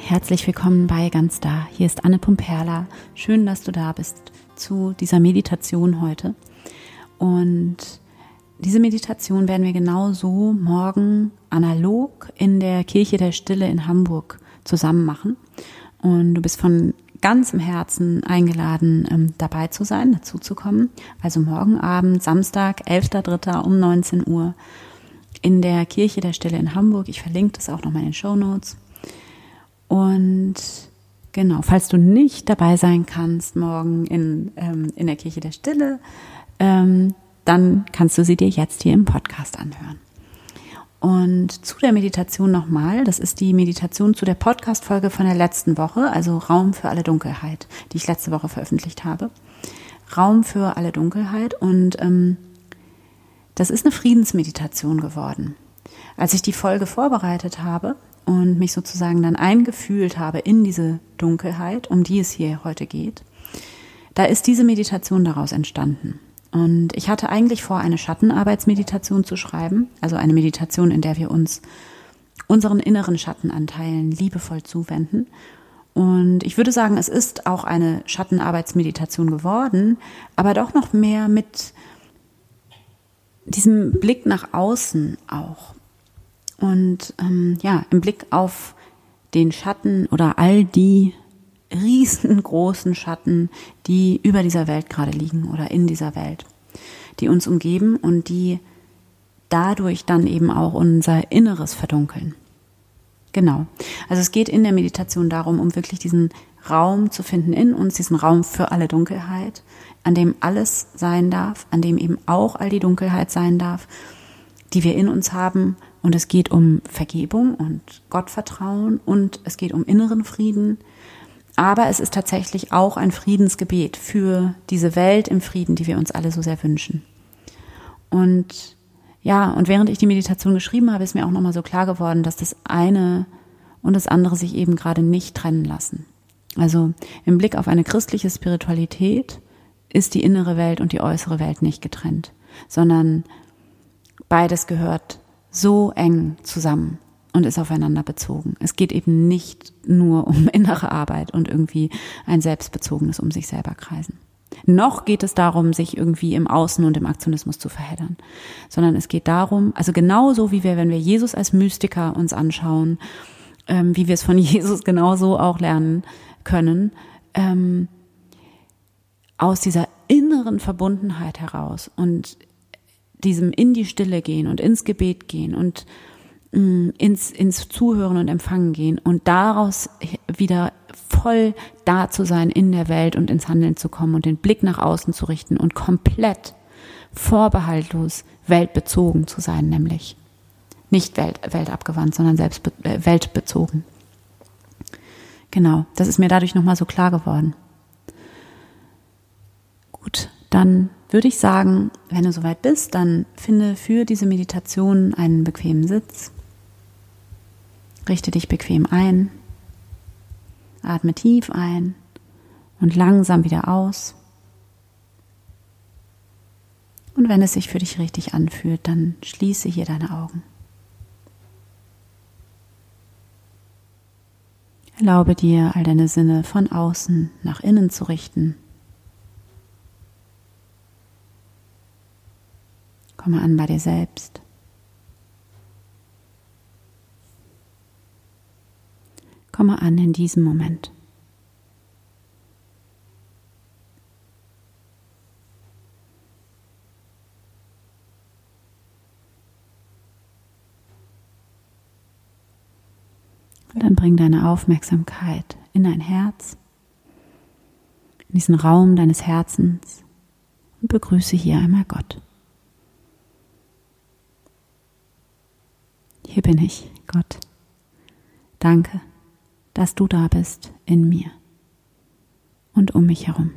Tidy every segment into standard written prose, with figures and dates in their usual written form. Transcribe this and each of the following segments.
Herzlich willkommen bei Ganz Da. Hier ist Anne Pumperla. Schön, dass du da bist zu dieser Meditation heute. Und diese Meditation werden wir genauso morgen analog in der Kirche der Stille in Hamburg zusammen machen. Und du bist von ganzem Herzen eingeladen, dabei zu sein, dazu zu kommen. Also morgen Abend, Samstag, 11.03. um 19 Uhr in der Kirche der Stille in Hamburg. Ich verlinke das auch nochmal in den Shownotes. Und genau, falls du nicht dabei sein kannst morgen in der Kirche der Stille, dann kannst du sie dir jetzt hier im Podcast anhören. Und zu der Meditation nochmal, das ist die Meditation zu der Podcast-Folge von der letzten Woche, also Raum für alle Dunkelheit, die ich letzte Woche veröffentlicht habe. Raum für alle Dunkelheit, und das ist eine Friedensmeditation geworden. Als ich die Folge vorbereitet habe und mich sozusagen dann eingefühlt habe in diese Dunkelheit, um die es hier heute geht, da ist diese Meditation daraus entstanden. Und ich hatte eigentlich vor, eine Schattenarbeitsmeditation zu schreiben, also eine Meditation, in der wir uns unseren inneren Schattenanteilen liebevoll zuwenden. Und ich würde sagen, es ist auch eine Schattenarbeitsmeditation geworden, aber doch noch mehr mit diesem Blick nach außen auch. Und im Blick auf den Schatten oder all die riesengroßen Schatten, die über dieser Welt gerade liegen oder in dieser Welt, die uns umgeben und die dadurch dann eben auch unser Inneres verdunkeln. Genau. Also es geht in der Meditation darum, um wirklich diesen Raum zu finden in uns, diesen Raum für alle Dunkelheit, an dem alles sein darf, an dem eben auch all die Dunkelheit sein darf, die wir in uns haben. Und es geht um Vergebung und Gottvertrauen und es geht um inneren Frieden. Aber es ist tatsächlich auch ein Friedensgebet für diese Welt im Frieden, die wir uns alle so sehr wünschen. Und während ich die Meditation geschrieben habe, ist mir auch nochmal so klar geworden, dass das eine und das andere sich eben gerade nicht trennen lassen. Also im Blick auf eine christliche Spiritualität ist die innere Welt und die äußere Welt nicht getrennt, sondern beides gehört so eng zusammen und ist aufeinander bezogen. Es geht eben nicht nur um innere Arbeit und irgendwie ein selbstbezogenes um sich selber kreisen. Noch geht es darum, sich irgendwie im Außen und im Aktionismus zu verheddern, sondern es geht darum, also genauso wie wenn wir Jesus als Mystiker uns anschauen, wie wir es von Jesus genauso auch lernen können, aus dieser inneren Verbundenheit heraus und diesem in die Stille gehen und ins Gebet gehen und ins Zuhören und Empfangen gehen und daraus wieder voll da zu sein in der Welt und ins Handeln zu kommen und den Blick nach außen zu richten und komplett vorbehaltlos weltbezogen zu sein, nämlich nicht weltabgewandt, sondern weltbezogen. Genau, das ist mir dadurch nochmal so klar geworden. Gut, dann würde ich sagen, wenn du soweit bist, dann finde für diese Meditation einen bequemen Sitz. Richte dich bequem ein, atme tief ein und langsam wieder aus. Und wenn es sich für dich richtig anfühlt, dann schließe hier deine Augen. Erlaube dir, all deine Sinne von außen nach innen zu richten. Komme an bei dir selbst. Komme an in diesem Moment. Und dann bring deine Aufmerksamkeit in dein Herz, in diesen Raum deines Herzens und begrüße hier einmal Gott. Hier bin ich, Gott. Danke, dass du da bist in mir und um mich herum.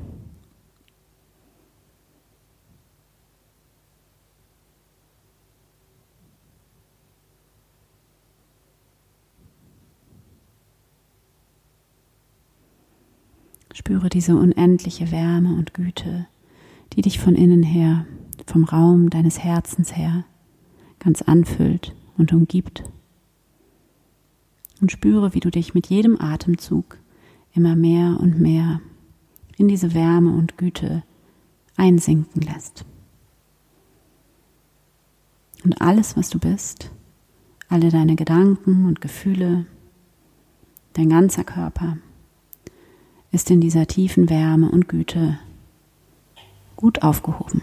Spüre diese unendliche Wärme und Güte, die dich von innen her, vom Raum deines Herzens her, ganz anfüllt und umgibt. Und spüre, wie du dich mit jedem Atemzug immer mehr und mehr in diese Wärme und Güte einsinken lässt. Und alles, was du bist, alle deine Gedanken und Gefühle, dein ganzer Körper, ist in dieser tiefen Wärme und Güte gut aufgehoben.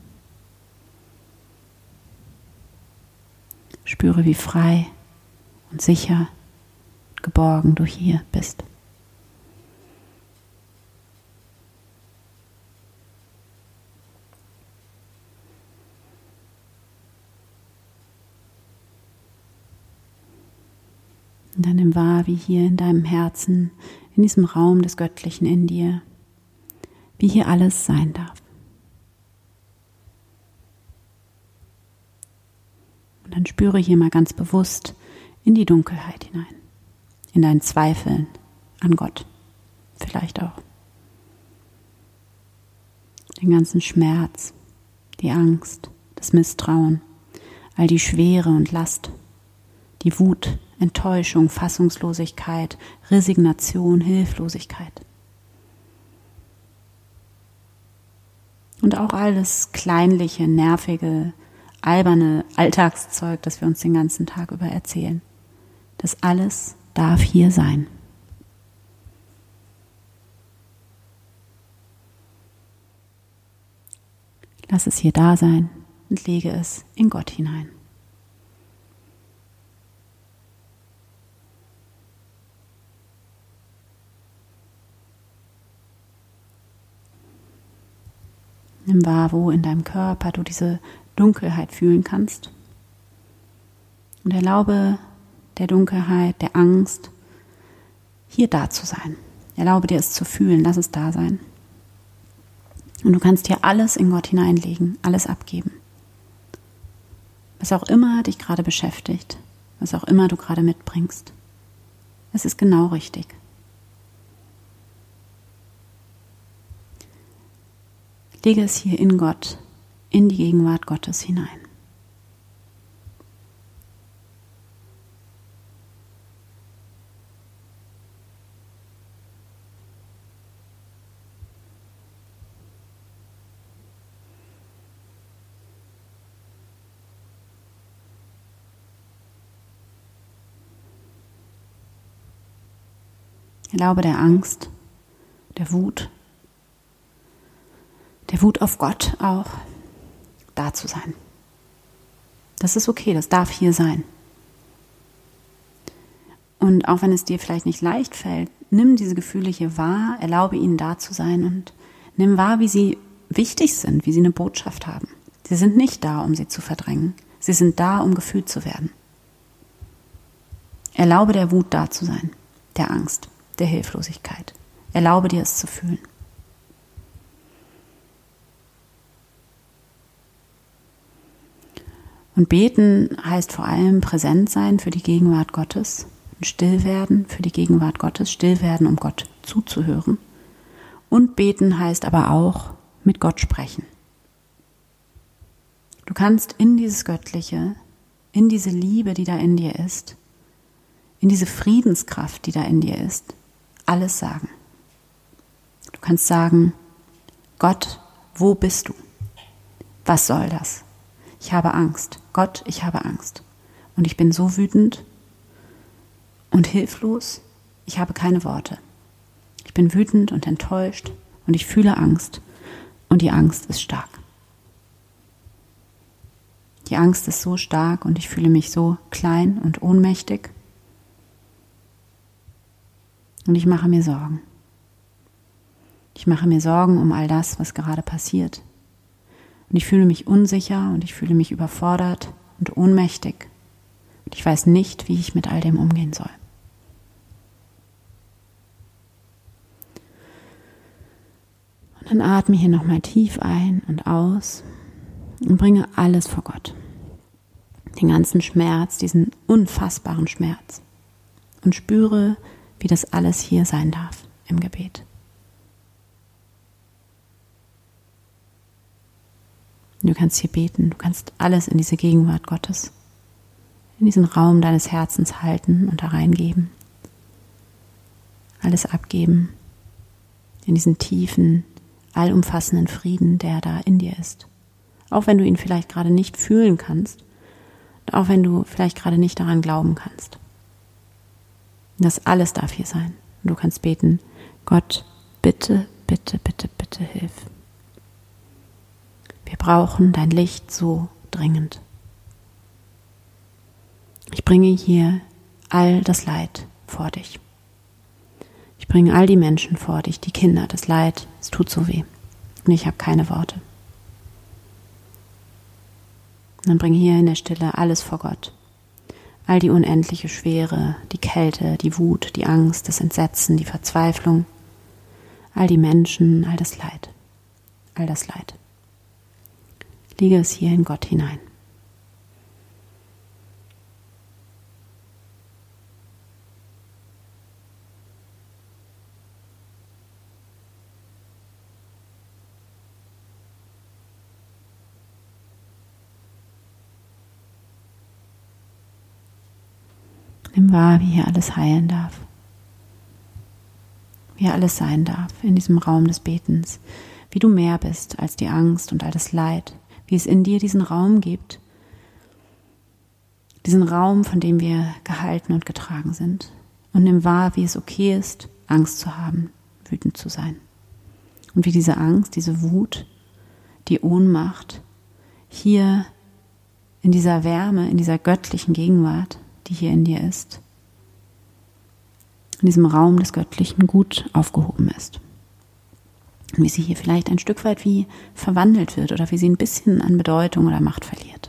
Spüre, wie frei und sicher, geborgen du hier bist. Und dann nimm wahr, wie hier in deinem Herzen, in diesem Raum des Göttlichen in dir, wie hier alles sein darf. Und dann spüre hier mal ganz bewusst in die Dunkelheit hinein, in deinen Zweifeln an Gott, vielleicht auch. Den ganzen Schmerz, die Angst, das Misstrauen, all die Schwere und Last, die Wut, Enttäuschung, Fassungslosigkeit, Resignation, Hilflosigkeit. Und auch alles kleinliche, nervige, alberne Alltagszeug, das wir uns den ganzen Tag über erzählen. Das alles darf hier sein. Lass es hier da sein und lege es in Gott hinein. Nimm wahr, wo in deinem Körper du diese Dunkelheit fühlen kannst. Und erlaube der Dunkelheit, der Angst, hier da zu sein. Erlaube dir es zu fühlen, lass es da sein. Und du kannst hier alles in Gott hineinlegen, alles abgeben. Was auch immer dich gerade beschäftigt, was auch immer du gerade mitbringst. Es ist genau richtig. Lege es hier in Gott, in die Gegenwart Gottes hinein. Erlaube der Angst, der Wut auf Gott auch, da zu sein. Das ist okay, das darf hier sein. Und auch wenn es dir vielleicht nicht leicht fällt, nimm diese Gefühle hier wahr, erlaube ihnen da zu sein und nimm wahr, wie sie wichtig sind, wie sie eine Botschaft haben. Sie sind nicht da, um sie zu verdrängen. Sie sind da, um gefühlt zu werden. Erlaube der Wut da zu sein, der Angst, der Hilflosigkeit. Erlaube dir es zu fühlen. Und beten heißt vor allem präsent sein für die Gegenwart Gottes, still werden für die Gegenwart Gottes, still werden, um Gott zuzuhören. Und beten heißt aber auch mit Gott sprechen. Du kannst in dieses Göttliche, in diese Liebe, die da in dir ist, in diese Friedenskraft, die da in dir ist, alles sagen. Du kannst sagen, Gott, wo bist du? Was soll das? Ich habe Angst. Gott, ich habe Angst. Und ich bin so wütend und hilflos, ich habe keine Worte. Ich bin wütend und enttäuscht und ich fühle Angst. Und die Angst ist stark. Die Angst ist so stark und ich fühle mich so klein und ohnmächtig. Und ich mache mir Sorgen. Ich mache mir Sorgen um all das, was gerade passiert. Und ich fühle mich unsicher und ich fühle mich überfordert und ohnmächtig. Und ich weiß nicht, wie ich mit all dem umgehen soll. Und dann atme hier nochmal tief ein und aus und bringe alles vor Gott. Den ganzen Schmerz, diesen unfassbaren Schmerz. Und spüre, wie das alles hier sein darf im Gebet. Du kannst hier beten, du kannst alles in diese Gegenwart Gottes, in diesen Raum deines Herzens halten und da reingeben. alles abgeben in diesen tiefen, allumfassenden Frieden, der da in dir ist. Auch wenn du ihn vielleicht gerade nicht fühlen kannst, auch wenn du vielleicht gerade nicht daran glauben kannst. Das alles darf hier sein. Und du kannst beten, Gott, bitte, bitte, bitte, bitte hilf. Wir brauchen dein Licht so dringend. Ich bringe hier all das Leid vor dich. Ich bringe all die Menschen vor dich, die Kinder, das Leid, es tut so weh. Und ich habe keine Worte. Und dann bringe hier in der Stille alles vor Gott. All die unendliche Schwere, die Kälte, die Wut, die Angst, das Entsetzen, die Verzweiflung, all die Menschen, all das Leid. All das Leid. Lege es hier in Gott hinein. Nimm wahr, wie hier alles heilen darf. Wie hier alles sein darf in diesem Raum des Betens. Wie du mehr bist als die Angst und all das Leid. Wie es in dir diesen Raum gibt. Diesen Raum, von dem wir gehalten und getragen sind. Und nimm wahr, wie es okay ist, Angst zu haben, wütend zu sein. Und wie diese Angst, diese Wut, die Ohnmacht hier in dieser Wärme, in dieser göttlichen Gegenwart, die hier in dir ist, in diesem Raum des Göttlichen gut aufgehoben ist. Und wie sie hier vielleicht ein Stück weit wie verwandelt wird oder wie sie ein bisschen an Bedeutung oder Macht verliert.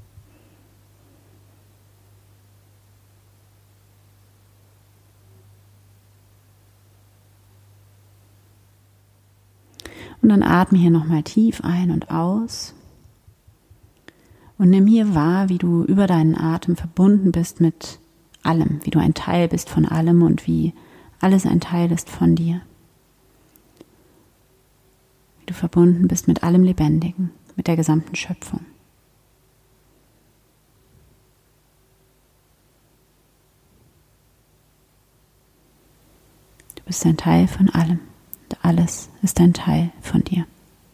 Und dann atme hier nochmal tief ein und aus. Und nimm hier wahr, wie du über deinen Atem verbunden bist mit allem, wie du ein Teil bist von allem und wie alles ein Teil ist von dir. Wie du verbunden bist mit allem Lebendigen, mit der gesamten Schöpfung. Du bist ein Teil von allem und alles ist ein Teil von dir.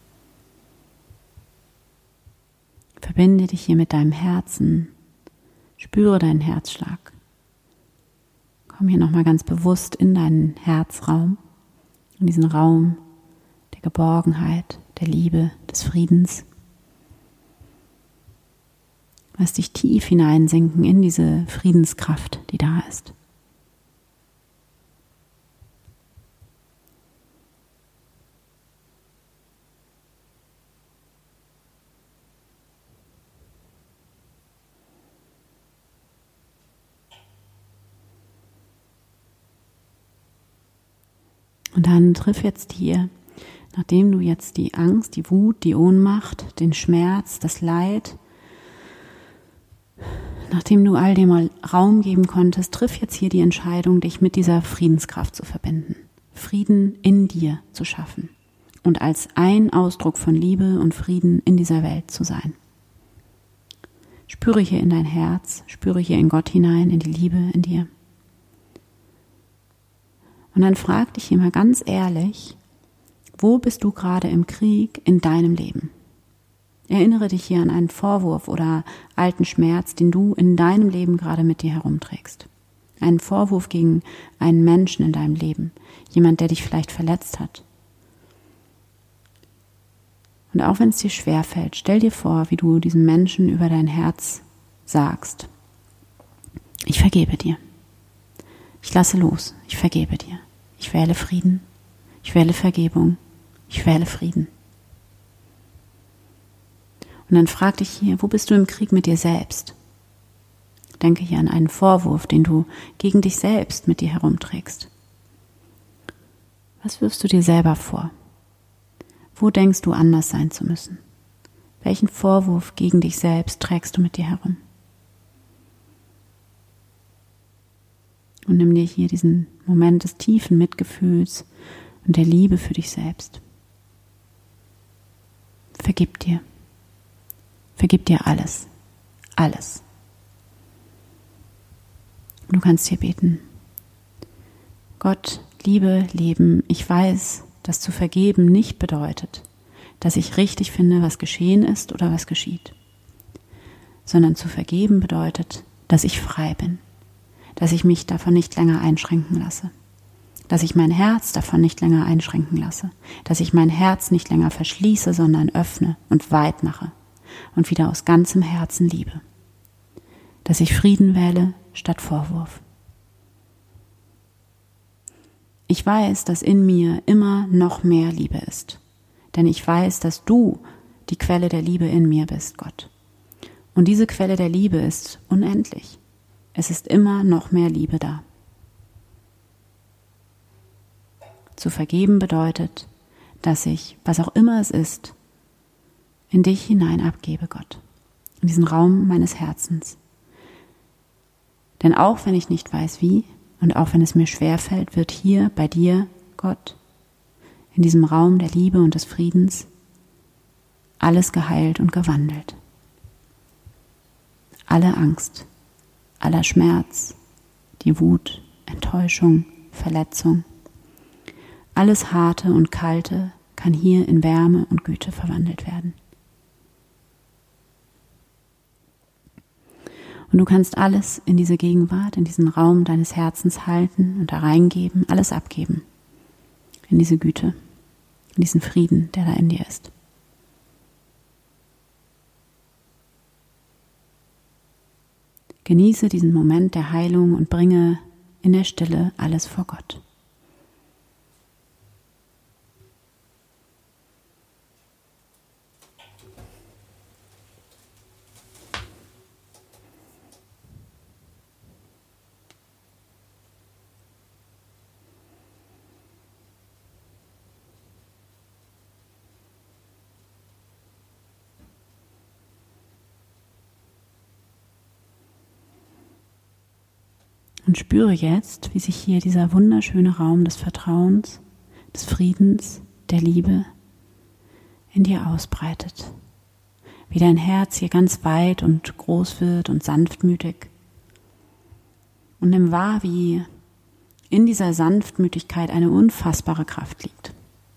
Verbinde dich hier mit deinem Herzen, spüre deinen Herzschlag. Komm hier nochmal ganz bewusst in deinen Herzraum, in diesen Raum der Geborgenheit, der Liebe, des Friedens. Lass dich tief hineinsinken in diese Friedenskraft, die da ist. Und dann triff jetzt hier, nachdem du jetzt die Angst, die Wut, die Ohnmacht, den Schmerz, das Leid, nachdem du all dem mal Raum geben konntest, triff jetzt hier die Entscheidung, dich mit dieser Friedenskraft zu verbinden. Frieden in dir zu schaffen und als ein Ausdruck von Liebe und Frieden in dieser Welt zu sein. Spüre hier in dein Herz, spüre hier in Gott hinein, in die Liebe in dir. Und dann frag dich hier mal ganz ehrlich, wo bist du gerade im Krieg in deinem Leben? Erinnere dich hier an einen Vorwurf oder alten Schmerz, den du in deinem Leben gerade mit dir herumträgst. Einen Vorwurf gegen einen Menschen in deinem Leben, jemand, der dich vielleicht verletzt hat. Und auch wenn es dir schwerfällt, stell dir vor, wie du diesem Menschen über dein Herz sagst: Ich vergebe dir. Ich lasse los, ich vergebe dir. Ich wähle Frieden, ich wähle Vergebung, ich wähle Frieden. Und dann frag dich hier, wo bist du im Krieg mit dir selbst? Denke hier an einen Vorwurf, den du gegen dich selbst mit dir herumträgst. Was wirfst du dir selber vor? Wo denkst du, anders sein zu müssen? Welchen Vorwurf gegen dich selbst trägst du mit dir herum? Und nimm dir hier diesen Moment des tiefen Mitgefühls und der Liebe für dich selbst. Vergib dir. Vergib dir alles. Alles. Und du kannst hier beten: Gott, Liebe, Leben, ich weiß, dass zu vergeben nicht bedeutet, dass ich richtig finde, was geschehen ist oder was geschieht, sondern zu vergeben bedeutet, dass ich frei bin, dass ich mich davon nicht länger einschränken lasse, dass ich mein Herz davon nicht länger einschränken lasse, dass ich mein Herz nicht länger verschließe, sondern öffne und weit mache und wieder aus ganzem Herzen liebe, dass ich Frieden wähle statt Vorwurf. Ich weiß, dass in mir immer noch mehr Liebe ist, denn ich weiß, dass du die Quelle der Liebe in mir bist, Gott. Und diese Quelle der Liebe ist unendlich. Es ist immer noch mehr Liebe da. Zu vergeben bedeutet, dass ich, was auch immer es ist, in dich hinein abgebe, Gott, in diesen Raum meines Herzens. Denn auch wenn ich nicht weiß wie und auch wenn es mir schwerfällt, wird hier bei dir, Gott, in diesem Raum der Liebe und des Friedens alles geheilt und gewandelt. Alle Angst, aller Schmerz, die Wut, Enttäuschung, Verletzung, alles Harte und Kalte kann hier in Wärme und Güte verwandelt werden. Und du kannst alles in diese Gegenwart, in diesen Raum deines Herzens halten und da reingeben, alles abgeben. In diese Güte, in diesen Frieden, der da in dir ist. Genieße diesen Moment der Heilung und bringe in der Stille alles vor Gott. Und spüre jetzt, wie sich hier dieser wunderschöne Raum des Vertrauens, des Friedens, der Liebe in dir ausbreitet. Wie dein Herz hier ganz weit und groß wird und sanftmütig. Und nimm wahr, wie in dieser Sanftmütigkeit eine unfassbare Kraft liegt.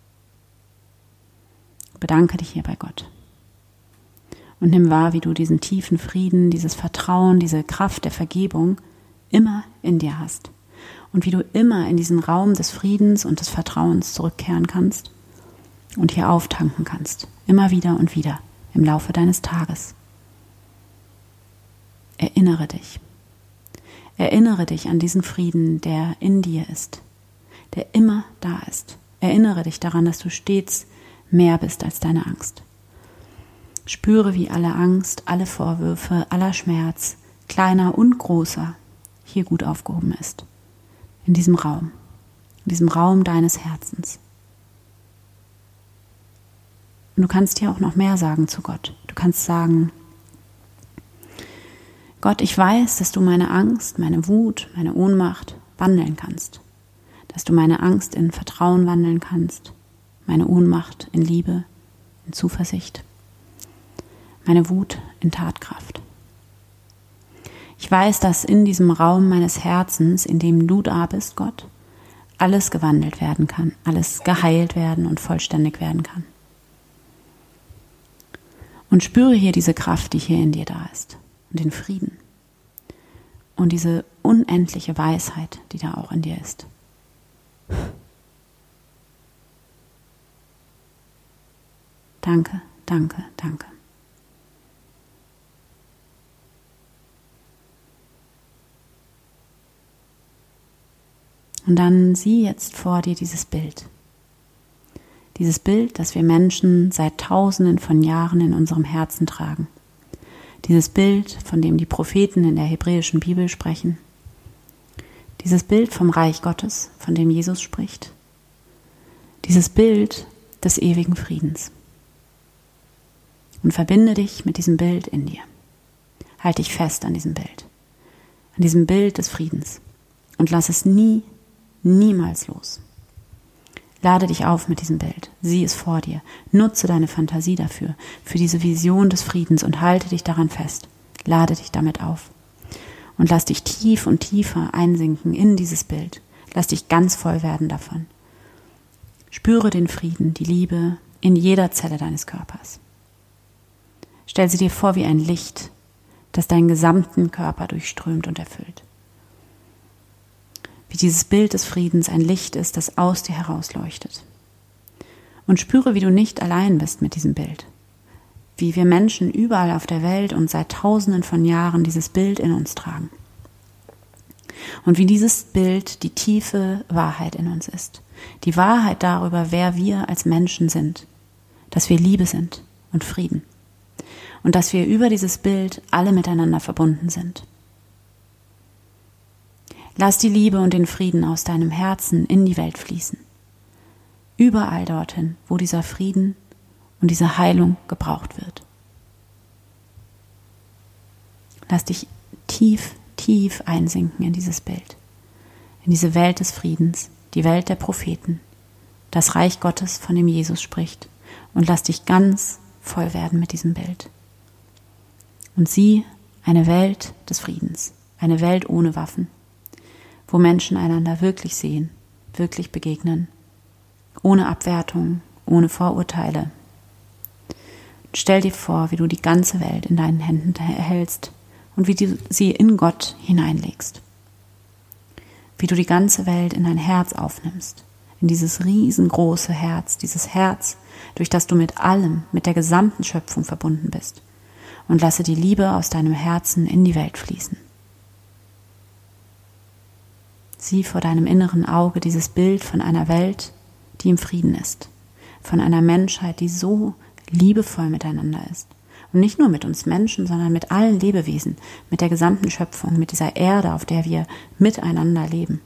Bedanke dich hier bei Gott. Und nimm wahr, wie du diesen tiefen Frieden, dieses Vertrauen, diese Kraft der Vergebung immer in dir hast und wie du immer in diesen Raum des Friedens und des Vertrauens zurückkehren kannst und hier auftanken kannst, immer wieder und wieder im Laufe deines Tages. Erinnere dich an diesen Frieden, der in dir ist, der immer da ist. Erinnere dich daran, dass du stets mehr bist als deine Angst. Spüre, wie alle Angst, alle Vorwürfe, aller Schmerz, kleiner und großer, hier gut aufgehoben ist, in diesem Raum deines Herzens. Und du kannst hier auch noch mehr sagen zu Gott. Du kannst sagen, Gott, ich weiß, dass du meine Angst, meine Wut, meine Ohnmacht wandeln kannst, dass du meine Angst in Vertrauen wandeln kannst, meine Ohnmacht in Liebe, in Zuversicht, meine Wut in Tatkraft. Ich weiß, dass in diesem Raum meines Herzens, in dem du da bist, Gott, alles gewandelt werden kann, alles geheilt werden und vollständig werden kann. Und spüre hier diese Kraft, die hier in dir da ist, und den Frieden und diese unendliche Weisheit, die da auch in dir ist. Danke, danke, danke. Und dann sieh jetzt vor dir dieses Bild. Dieses Bild, das wir Menschen seit Tausenden von Jahren in unserem Herzen tragen. Dieses Bild, von dem die Propheten in der hebräischen Bibel sprechen. Dieses Bild vom Reich Gottes, von dem Jesus spricht. Dieses Bild des ewigen Friedens. Und verbinde dich mit diesem Bild in dir. Halt dich fest an diesem Bild des Friedens. Und lass es niemals los. Lade dich auf mit diesem Bild. Sieh es vor dir. Nutze deine Fantasie dafür, für diese Vision des Friedens und halte dich daran fest. Lade dich damit auf. Und lass dich tief und tiefer einsinken in dieses Bild. Lass dich ganz voll werden davon. Spüre den Frieden, die Liebe in jeder Zelle deines Körpers. Stell sie dir vor wie ein Licht, das deinen gesamten Körper durchströmt und erfüllt. Wie dieses Bild des Friedens ein Licht ist, das aus dir herausleuchtet. Und spüre, wie du nicht allein bist mit diesem Bild. Wie wir Menschen überall auf der Welt und seit Tausenden von Jahren dieses Bild in uns tragen. Und wie dieses Bild die tiefe Wahrheit in uns ist. Die Wahrheit darüber, wer wir als Menschen sind. Dass wir Liebe sind und Frieden. Und dass wir über dieses Bild alle miteinander verbunden sind. Lass die Liebe und den Frieden aus deinem Herzen in die Welt fließen. Überall dorthin, wo dieser Frieden und diese Heilung gebraucht wird. Lass dich tief, tief einsinken in dieses Bild, in diese Welt des Friedens, die Welt der Propheten, das Reich Gottes, von dem Jesus spricht, und lass dich ganz voll werden mit diesem Bild. Und sieh eine Welt des Friedens, eine Welt ohne Waffen, wo Menschen einander wirklich sehen, wirklich begegnen, ohne Abwertung, ohne Vorurteile. Stell dir vor, wie du die ganze Welt in deinen Händen erhältst und wie du sie in Gott hineinlegst. Wie du die ganze Welt in dein Herz aufnimmst, in dieses riesengroße Herz, dieses Herz, durch das du mit allem, mit der gesamten Schöpfung verbunden bist. Und lasse die Liebe aus deinem Herzen in die Welt fließen. Sieh vor deinem inneren Auge dieses Bild von einer Welt, die im Frieden ist, von einer Menschheit, die so liebevoll miteinander ist. Und nicht nur mit uns Menschen, sondern mit allen Lebewesen, mit der gesamten Schöpfung, mit dieser Erde, auf der wir miteinander leben.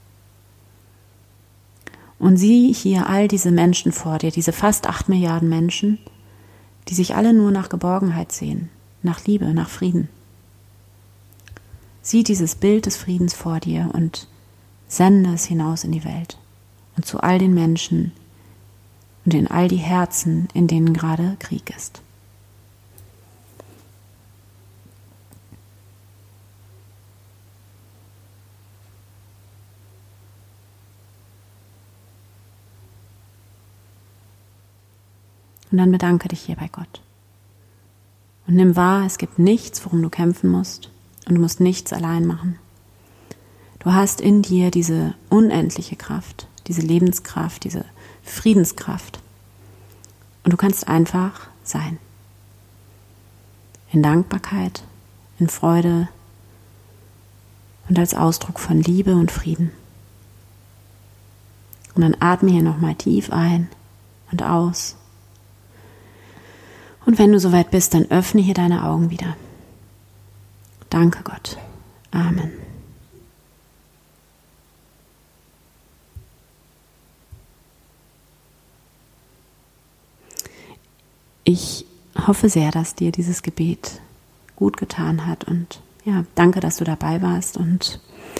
Und sieh hier all diese Menschen vor dir, diese fast 8 Milliarden Menschen, die sich alle nur nach Geborgenheit sehen, nach Liebe, nach Frieden. Sieh dieses Bild des Friedens vor dir und sende es hinaus in die Welt und zu all den Menschen und in all die Herzen, in denen gerade Krieg ist. Und dann bedanke dich hier bei Gott. Und nimm wahr, es gibt nichts, worum du kämpfen musst. Und du musst nichts allein machen. Du hast in dir diese unendliche Kraft, diese Lebenskraft, diese Friedenskraft. Und du kannst einfach sein. In Dankbarkeit, in Freude und als Ausdruck von Liebe und Frieden. Und dann atme hier nochmal tief ein und aus. Und wenn du soweit bist, dann öffne hier deine Augen wieder. Danke Gott. Amen. Ich hoffe sehr, dass dir dieses Gebet gut getan hat und ja, danke, dass du dabei warst und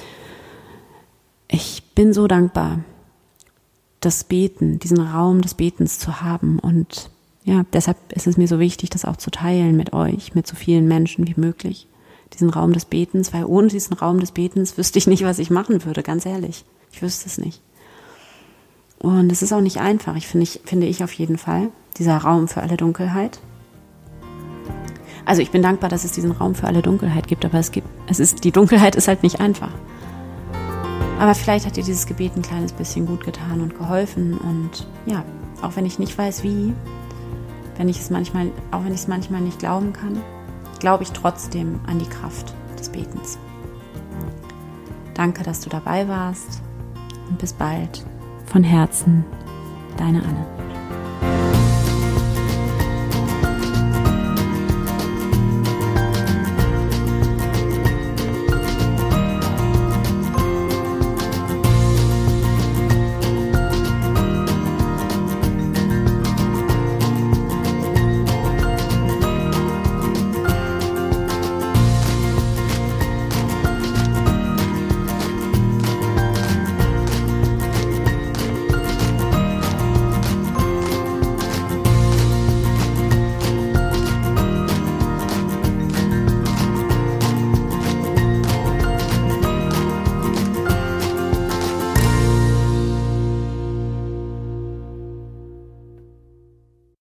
ich bin so dankbar, das Beten, diesen Raum des Betens zu haben und ja, deshalb ist es mir so wichtig, das auch zu teilen mit euch, mit so vielen Menschen wie möglich, diesen Raum des Betens, weil ohne diesen Raum des Betens wüsste ich nicht, was ich machen würde, ganz ehrlich. Ich wüsste es nicht. Und es ist auch nicht einfach, finde ich auf jeden Fall, dieser Raum für alle Dunkelheit. Also ich bin dankbar, dass es diesen Raum für alle Dunkelheit gibt, aber die Dunkelheit ist halt nicht einfach. Aber vielleicht hat dir dieses Gebet ein kleines bisschen gut getan und geholfen und ja, auch wenn ich nicht weiß wie, auch wenn ich es manchmal nicht glauben kann, glaube ich trotzdem an die Kraft des Betens. Danke, dass du dabei warst und bis bald. Von Herzen, deine Anne.